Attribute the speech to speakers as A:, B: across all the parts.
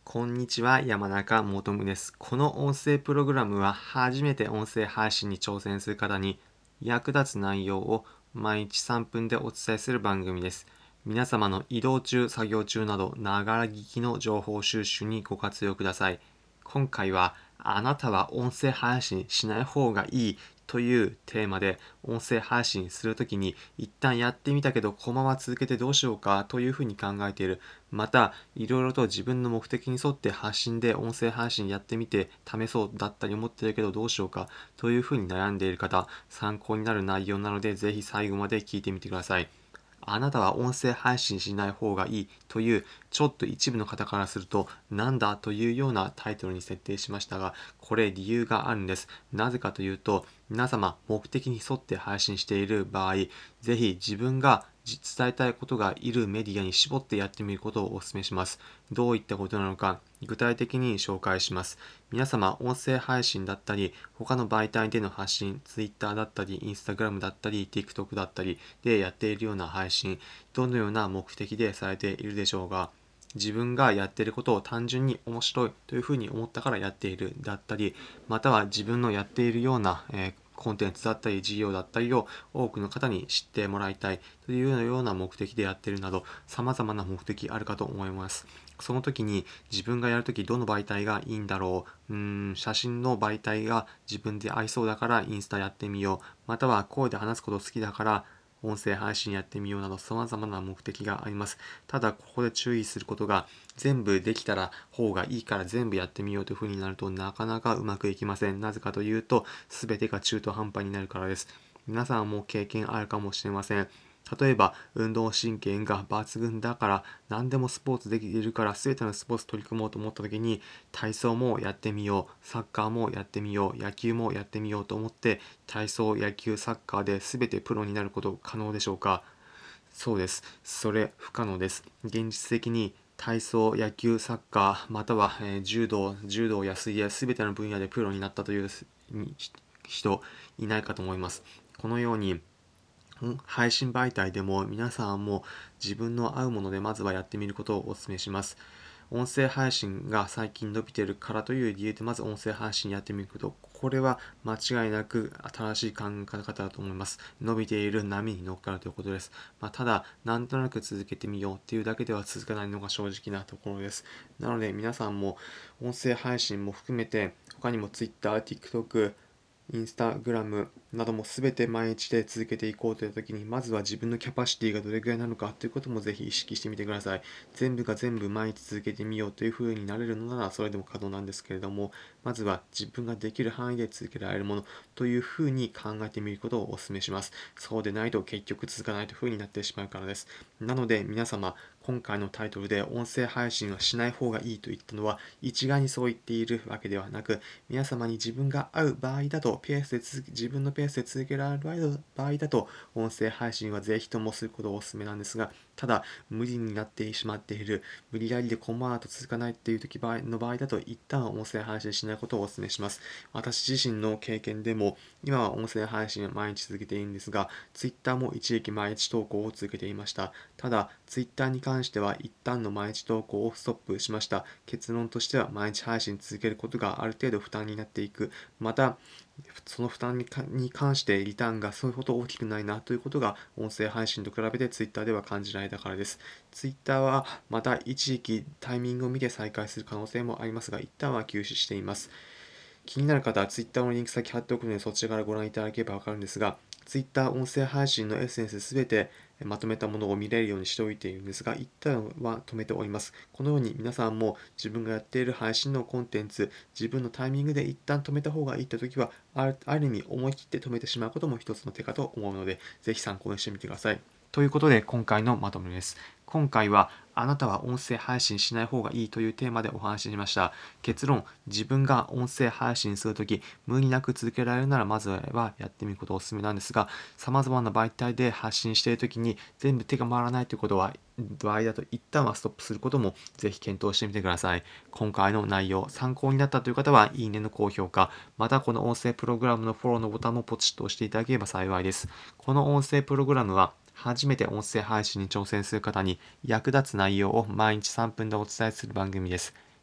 A: こんにちは、山中もとむです。この音声プログラムは初めて音声配信に挑戦する方に役立つ内容を毎日3分でお伝えする番組です。皆様の移動中、作業中など、ながら聞きの情報収集にご活用ください。今回は、あなたは音声配信しない方がいいというテーマで、音声配信するときに一旦やってみたけど、このまま続けてどうしようかというふうに考えている。また、いろいろと自分の目的に沿って発信で音声配信やってみて試そうだったり思ってるけどどうしようかというふうに悩んでいる方、参考になる内容なのでぜひ最後まで聞いてみてください。あなたは音声配信しない方がいいというちょっと一部の方からするとなんだというようなタイトルに設定しましたが、これ理由があるんです。なぜかというと、皆様目的に沿って配信している場合、ぜひ自分が伝えたいことがいるメディアに絞ってやってみることをお勧めします。どういったことなのか具体的に紹介します。皆様音声配信だったり他の媒体での発信、Twitter だったり Instagram だったり TikTok だったりでやっているような配信、どのような目的でされているでしょうが、自分がやっていることを単純に面白いというふうに思ったからやっているだったり、または自分のやっているような、コンテンツだったり事業だったりを多くの方に知ってもらいたいというような目的でやっているなど、様々な目的あるかと思います。その時に自分がやるときどの媒体がいいんだろう、写真の媒体が自分で合いそうだからインスタやってみよう、または声で話すこと好きだから音声配信やってみようなど様々な目的があります。ただここで注意することが、全部できたら方がいいから全部やってみようという風になるとなかなかうまくいきません。なぜかというと全てが中途半端になるからです。皆さんも経験あるかもしれません。例えば運動神経が抜群だから何でもスポーツできるから全てのスポーツ取り組もうと思った時に、体操もやってみよう、サッカーもやってみよう、野球もやってみようと思って体操、野球、サッカーで全てプロになること可能でしょうか？そうです。それ不可能です。現実的に体操、野球、サッカー、または、柔道や水泳、すべての分野でプロになったという人いないかと思います。このように配信媒体でも皆さんも自分の合うものでまずはやってみることをお勧めします。音声配信が最近伸びているからという理由でまず音声配信やってみること。これは間違いなく新しい考え方だと思います。伸びている波に乗っかるということです。ただ、なんとなく続けてみようっていうだけでは続かないのが正直なところです。なので皆さんも音声配信も含めて他にも Twitter、TikTok、インスタグラムなども全て毎日で続けていこうという時に、まずは自分のキャパシティがどれくらいなのかということもぜひ意識してみてください。全部が全部毎日続けてみようというふうになれるのならそれでも可能なんですけれども、まずは自分ができる範囲で続けられるものというふうに考えてみることをお勧めします。そうでないと結局続かないというふうになってしまうからです。なので皆様、今回のタイトルで音声配信はしない方がいいと言ったのは一概にそう言っているわけではなく、皆様に自分が合う場合だと自分のペースで続けられる場合だと音声配信はぜひともすることをお勧めなんですが、ただ無理になってしまっている、無理やりでこのままと続かないっていう時の場合だと一旦音声配信しないことをお勧めします。私自身の経験でも今は音声配信を毎日続けているんですが、Twitter も一時期毎日投稿を続けていました。ただ Twitter に関しては一旦の毎日投稿をストップしました。結論としては毎日配信続けることがある程度負担になっていく。またその負担に関してリターンがそれほど大きくないなということが音声配信と比べて Twitter では感じられたからです。Twitter はまた一時期タイミングを見て再開する可能性もありますが、一旦は休止しています。気になる方は Twitter のリンク先貼っておくのでそちらからご覧いただければわかるんですが、Twitter 音声配信のエッセンスすべてまとめたものを見れるようにしておいているんですが、一旦は止めております。このように皆さんも自分がやっている配信のコンテンツ、自分のタイミングで一旦止めた方がいいときは、ある意味思い切って止めてしまうことも一つの手かと思うので、ぜひ参考にしてみてください。ということで今回のまとめです。今回はあなたは音声配信しない方がいいというテーマでお話ししました。結論、自分が音声配信するとき、無理なく続けられるならまずはやってみることがおすすめなんですが、様々な媒体で発信しているときに全部手が回らないということは、場合だと一旦はストップすることもぜひ検討してみてください。今回の内容、参考になったという方は、いいねの高評価、またこの音声プログラムのフォローのボタンもポチッと押していただければ幸いです。この音声プログラムは、初めて音声配信に挑戦する方に役立つ内容を毎日3分でお伝えする番組です。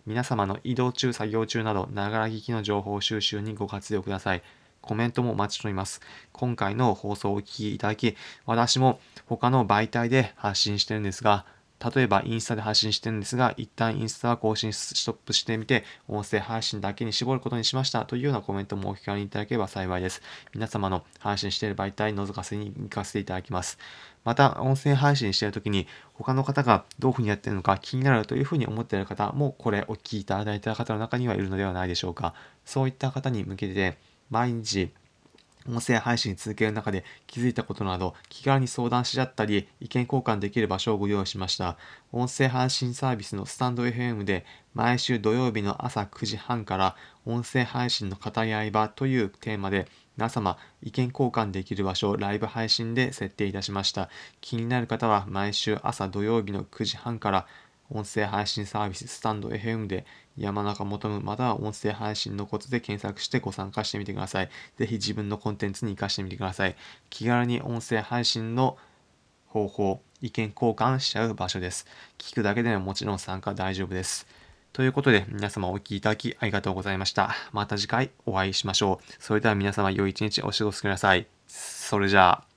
A: 皆様の移動中、作業中など、ながら聞きの情報収集にご活用ください。コメントもお待ちしております。今回の放送をお聞きいただき、私も他の媒体で発信してるんですが、例えばインスタで発信してるんですが、一旦インスタは更新ストップしてみて、音声配信だけに絞ることにしましたというようなコメントもお聞かせいただければ幸いです。皆様の配信している媒体覗かせに行かせていただきます。また、音声配信しているときに、他の方がどういうふうにやっているのか気になるというふうに思っている方も、これお聞きいただいた方の中にはいるのではないでしょうか。そういった方に向けて、毎日、音声配信続ける中で気づいたことなど気軽に相談し合ったり意見交換できる場所をご用意しました。音声配信サービスのスタンド FM で毎週土曜日の朝9時半から音声配信の語り合い場というテーマで皆様意見交換できる場所をライブ配信で設定いたしました。気になる方は毎週朝土曜日の9時半から音声配信サービススタンド FM で山中求むまたは音声配信のコツで検索してご参加してみてください。ぜひ自分のコンテンツに活かしてみてください。気軽に音声配信の方法、意見交換しちゃう場所です。聞くだけでももちろん参加大丈夫です。ということで皆様お聞きいただきありがとうございました。また次回お会いしましょう。それでは皆様良い一日お過ごしください。それじゃあ。